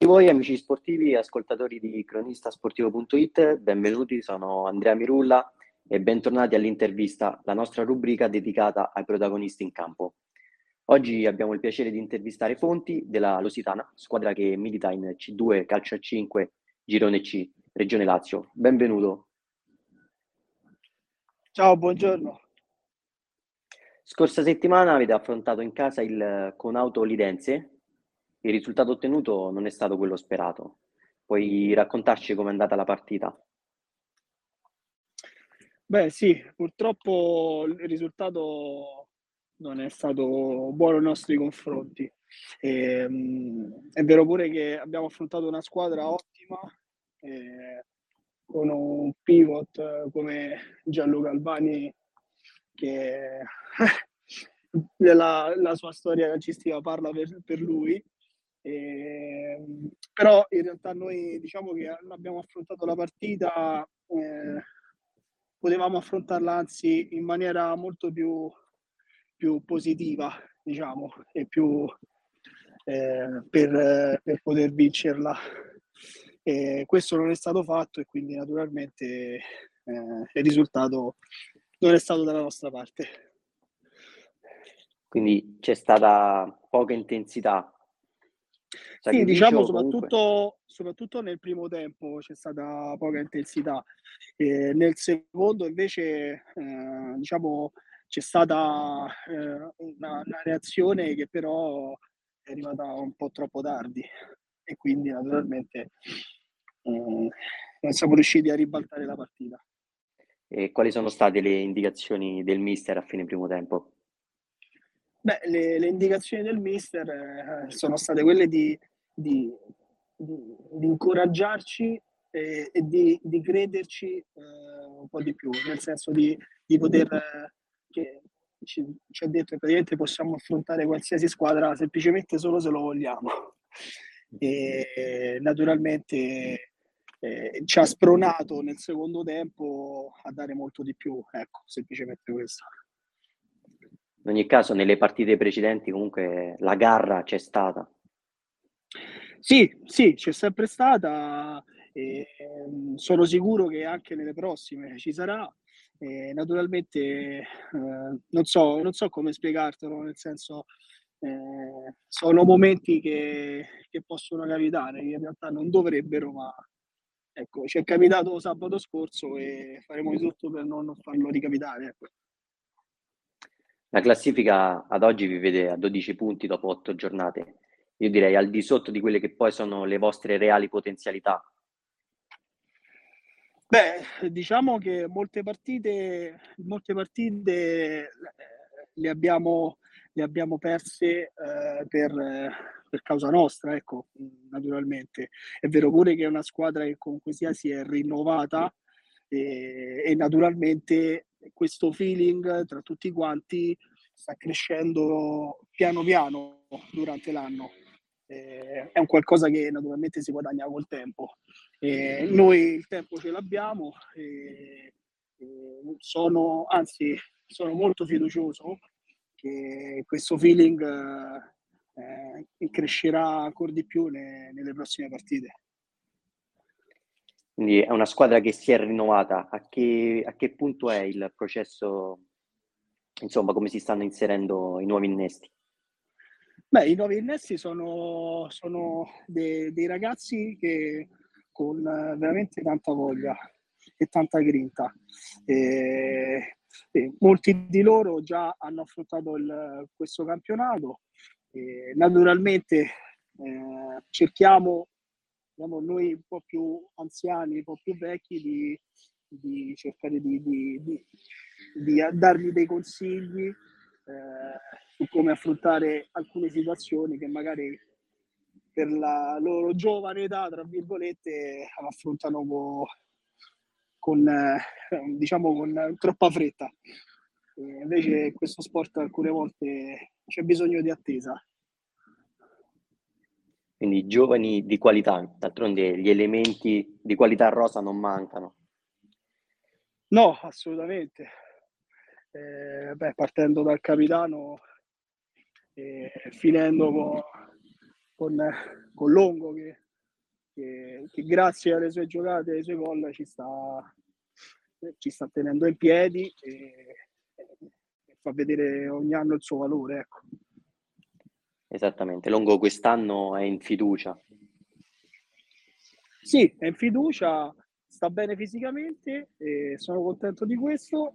voi amici sportivi e ascoltatori di cronistasportivo.it, benvenuti, sono Andrea Mirulla e bentornati all'intervista, la nostra rubrica dedicata ai protagonisti in campo. Oggi abbiamo il piacere di intervistare Fonti della Lusitana, squadra che milita in C2 Calcio a 5 Girone C, Regione Lazio. Benvenuto. Ciao, buongiorno. Scorsa settimana avete affrontato in casa il Conauto Lidense. Il risultato ottenuto non è stato quello sperato. Puoi raccontarci com'è andata la partita? Beh, sì, purtroppo il risultato non è stato buono nei nostri confronti. È vero pure che abbiamo affrontato una squadra ottima, con un pivot come Gianluca Albani, che la sua storia calcistica parla per lui. Però in realtà noi diciamo che abbiamo affrontato la partita, potevamo affrontarla anzi in maniera molto più positiva, diciamo, e più per poter vincerla. Questo non è stato fatto e quindi naturalmente il risultato non è stato dalla nostra parte. Quindi c'è stata poca intensità, Sì, diciamo sacrificio comunque. soprattutto nel primo tempo c'è stata poca intensità. Nel secondo invece diciamo c'è stata una reazione che però è arrivata un po' troppo tardi e quindi naturalmente non siamo riusciti a ribaltare la partita. E quali sono state le indicazioni del mister a fine primo tempo? Beh, le indicazioni del mister sono state quelle di- di incoraggiarci e di crederci un po' di più, nel senso di poter, che ci ha detto che praticamente possiamo affrontare qualsiasi squadra semplicemente solo se lo vogliamo. E naturalmente ci ha spronato nel secondo tempo a dare molto di più, ecco, semplicemente questo. In ogni caso, nelle partite precedenti comunque la garra c'è stata. Sì, c'è sempre stata e sono sicuro che anche nelle prossime ci sarà. Naturalmente non so come spiegartelo, nel senso sono momenti che possono capitare, che in realtà non dovrebbero, ma ecco, ci è capitato sabato scorso e faremo di tutto per non farlo ricapitare. Ecco. La classifica ad oggi vi vede a 12 punti dopo 8 giornate. Io direi al di sotto di quelle che poi sono le vostre reali potenzialità. Beh, diciamo che molte partite le abbiamo perse per causa nostra, ecco, naturalmente. È vero pure che è una squadra che comunque sia si è rinnovata e naturalmente questo feeling tra tutti quanti sta crescendo piano piano durante l'anno. È un qualcosa che naturalmente si guadagna col tempo. Noi il tempo ce l'abbiamo sono molto fiducioso che questo feeling crescerà ancora di più nelle prossime partite. Quindi è una squadra che si è rinnovata. A che punto è il processo, insomma, come si stanno inserendo i nuovi innesti? Beh, i nuovi innesti sono dei ragazzi che con veramente tanta voglia e tanta grinta. Molti di loro già hanno affrontato questo campionato. Naturalmente cerchiamo, diciamo, noi un po' più anziani, un po' più vecchi, di cercare di dargli dei consigli su come affrontare alcune situazioni che magari per la loro giovane età, tra virgolette, affrontano diciamo, con troppa fretta. Invece questo sport alcune volte c'è bisogno di attesa. Quindi giovani di qualità, d'altronde gli elementi di qualità rosa non mancano. No, assolutamente. Partendo dal capitano e finendo con Longo che che grazie alle sue giocate e ai suoi gol ci sta tenendo in piedi e fa vedere ogni anno il suo valore, ecco. Esattamente, Longo quest'anno è in fiducia. Sì, è in fiducia, sta bene fisicamente e sono contento di questo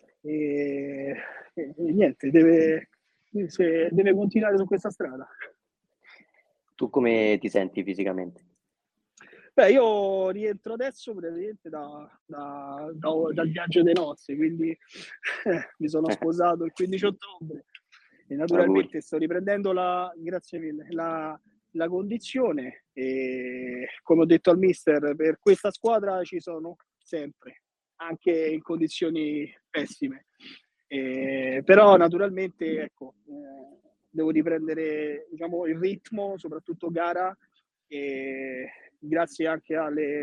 e niente, deve continuare su questa strada. Tu come ti senti fisicamente? Beh, io rientro adesso praticamente dal viaggio delle nozze, quindi mi sono sposato il 15 ottobre e naturalmente Auguri. sto riprendendo grazie mille, la condizione e come ho detto al mister, per questa squadra ci sono sempre, anche in condizioni pessime. Però naturalmente ecco, devo riprendere diciamo, il ritmo, soprattutto gara, e grazie anche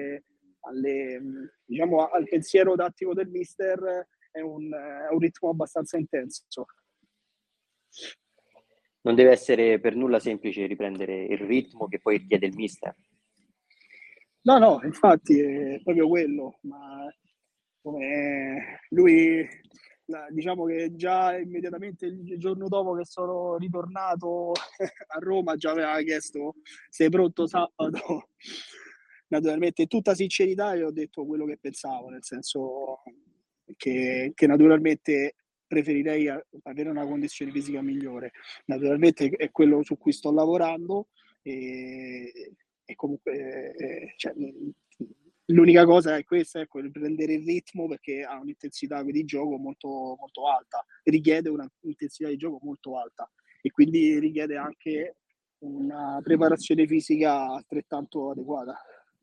diciamo, al pensiero tattico del mister è un ritmo abbastanza intenso. Non deve essere per nulla semplice riprendere il ritmo che poi richiede il mister. No, infatti è proprio quello, ma come lui, diciamo che già immediatamente il giorno dopo che sono ritornato a Roma già aveva chiesto sei pronto sabato. Naturalmente in tutta sincerità io ho detto quello che pensavo, nel senso che naturalmente preferirei avere una condizione fisica migliore. Naturalmente è quello su cui sto lavorando e comunque cioè, l'unica cosa è questa, ecco, prendere il ritmo perché ha un'intensità di gioco molto, molto alta, richiede un'intensità di gioco molto alta e quindi richiede anche una preparazione fisica altrettanto adeguata.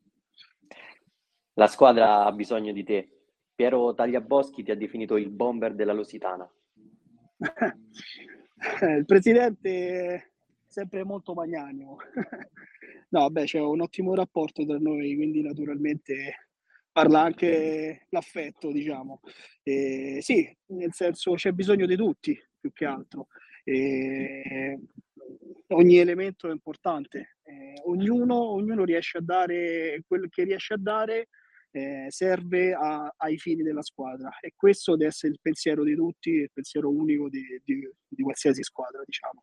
La squadra ha bisogno di te. Piero Tagliaboschi ti ha definito il bomber della Lusitana. Il presidente è sempre molto magnanimo. No, vabbè, c'è un ottimo rapporto tra noi, quindi naturalmente parla anche l'affetto, diciamo. Sì, nel senso c'è bisogno di tutti, più che altro. Ogni elemento è importante. Ognuno riesce a dare quel che riesce a dare, serve ai fini della squadra e questo deve essere il pensiero di tutti, il pensiero unico di qualsiasi squadra, diciamo.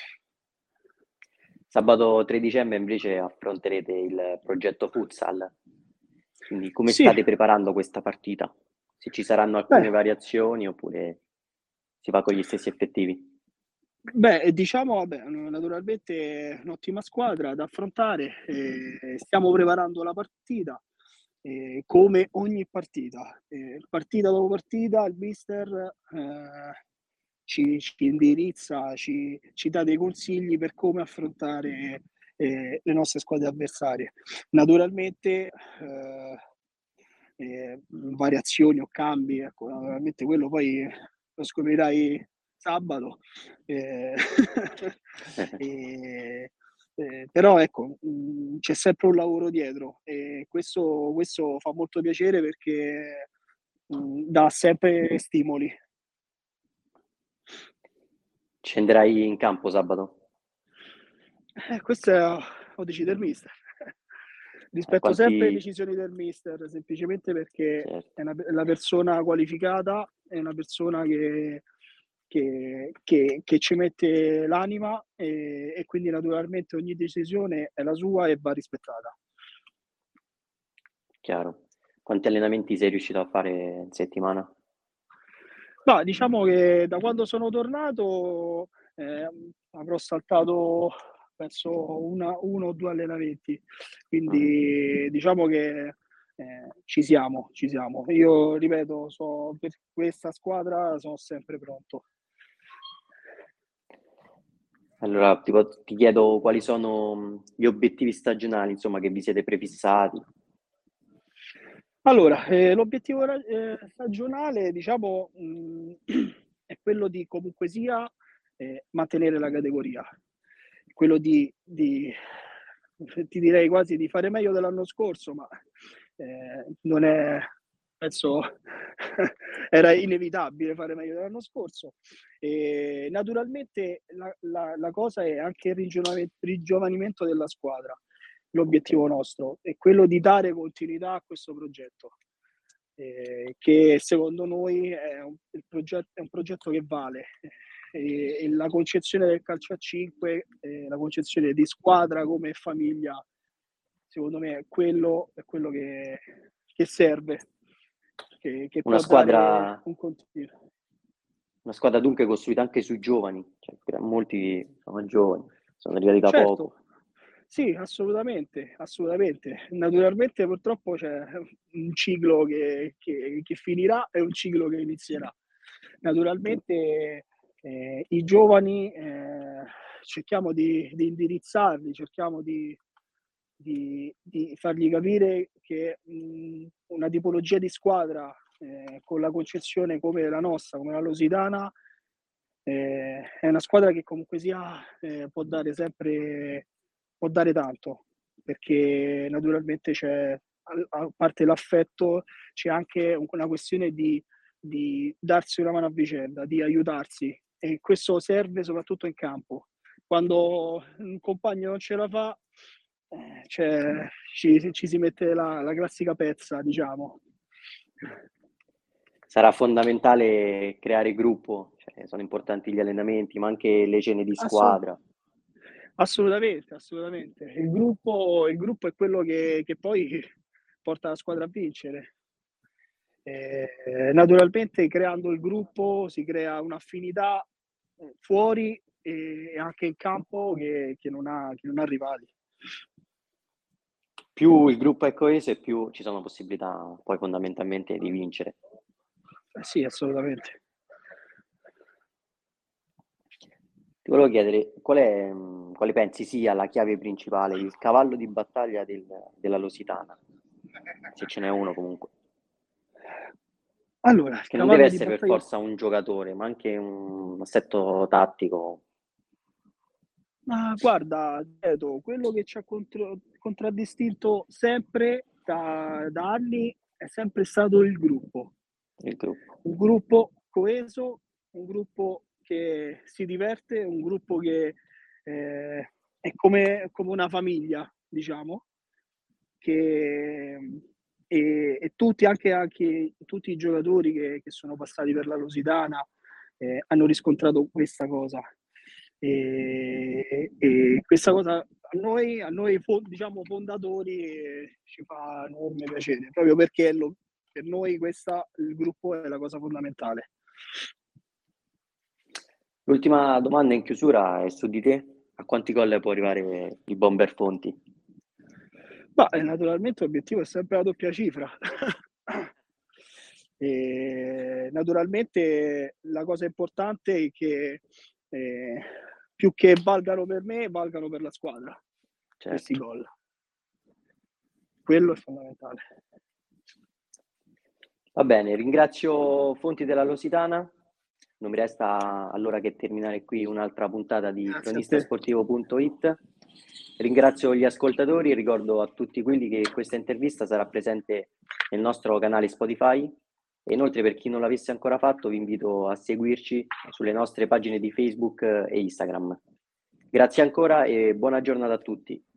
Sabato 3 dicembre invece affronterete il progetto Futsal. Quindi come Sì, state preparando questa partita? Se ci saranno alcune beh, variazioni oppure si va con gli stessi effettivi? diciamo, vabbè, naturalmente è un'ottima squadra da affrontare, stiamo preparando la partita come ogni partita. Partita dopo partita il mister ci indirizza, ci dà dei consigli per come affrontare le nostre squadre avversarie. Naturalmente variazioni o cambi, ecco, naturalmente quello poi lo scoprirai sabato. E, però ecco, c'è sempre un lavoro dietro e questo fa molto piacere perché dà sempre stimoli. Scenderai in campo sabato? Questo lo decide il mister. Rispetto sempre le Quanti... decisioni del mister, semplicemente perché Certo. è la persona qualificata, è una persona che ci mette l'anima e quindi naturalmente ogni decisione è la sua e va rispettata. Chiaro. Quanti allenamenti sei riuscito a fare in settimana? No, diciamo che da quando sono tornato avrò saltato penso uno o due allenamenti, Mm. quindi diciamo che ci siamo. Io ripeto, per questa squadra sono sempre pronto. Allora, ti chiedo quali sono gli obiettivi stagionali, insomma, che vi siete prefissati. Allora, l'obiettivo stagionale, diciamo, è quello di comunque sia mantenere la categoria, quello ti direi quasi di fare meglio dell'anno scorso, ma non è, penso, era inevitabile fare meglio dell'anno scorso. E naturalmente la cosa è anche il rigiovanimento della squadra. l'obiettivo nostro, è quello di dare continuità a questo progetto, che secondo noi è un progetto che vale. E la concezione del calcio a 5, la concezione di squadra come famiglia, secondo me è quello che serve, che Una può dare squadra, un continuo. una squadra dunque costruita anche sui giovani, cioè, molti sono giovani, sono arrivati da poco. Certo, sì, assolutamente, assolutamente. Naturalmente purtroppo c'è un ciclo che finirà e un ciclo che inizierà. Naturalmente i giovani cerchiamo di indirizzarli, cerchiamo di fargli capire che una tipologia di squadra con la concezione come la nostra, come la Lusitana, è una squadra che comunque sia può dare sempre, può dare tanto, perché naturalmente c'è, a parte l'affetto, c'è anche una questione di darsi una mano a vicenda, di aiutarsi, e questo serve soprattutto in campo. Quando un compagno non ce la fa, ci si mette la classica pezza, diciamo. Sarà fondamentale creare gruppo, cioè, sono importanti gli allenamenti, ma anche le cene di Assolut- squadra. Assolutamente, assolutamente. Il gruppo è quello che poi porta la squadra a vincere. Naturalmente creando il gruppo si crea un'affinità fuori e anche in campo che non ha rivali. Più il gruppo è coeso, più ci sono possibilità poi fondamentalmente di vincere. Sì, assolutamente. Ti volevo chiedere quale pensi sia la chiave principale, il cavallo di battaglia della Lusitana, se ce n'è uno comunque, Allora, il che non deve cavallo di essere per battaglia. forza un giocatore, ma anche un assetto tattico. Ma guarda, Edo, quello che ci ha contraddistinto sempre da anni è sempre stato il gruppo. Il gruppo. Un gruppo coeso, un gruppo che si diverte, un gruppo che è come una famiglia, diciamo, che, e tutti, anche tutti i giocatori che sono passati per la Lusitana hanno riscontrato questa cosa. E questa cosa a noi diciamo fondatori ci fa enorme piacere, proprio perché per noi il gruppo è la cosa fondamentale. L'ultima domanda in chiusura è su di te. A quanti gol può arrivare il Bomber Fonti? Ma naturalmente l'obiettivo è sempre la doppia cifra. E naturalmente la cosa importante è che più che valgano per me, valgano per la squadra questi Certo. gol. Quello è fondamentale. Va bene, ringrazio Fonti della Lusitana. Non mi resta allora che terminare qui un'altra puntata di Grazie a te. cronistasportivo.it. Ringrazio gli ascoltatori e ricordo a tutti quelli che questa intervista sarà presente nel nostro canale Spotify e inoltre per chi non l'avesse ancora fatto vi invito a seguirci sulle nostre pagine di Facebook e Instagram. Grazie ancora e buona giornata a tutti.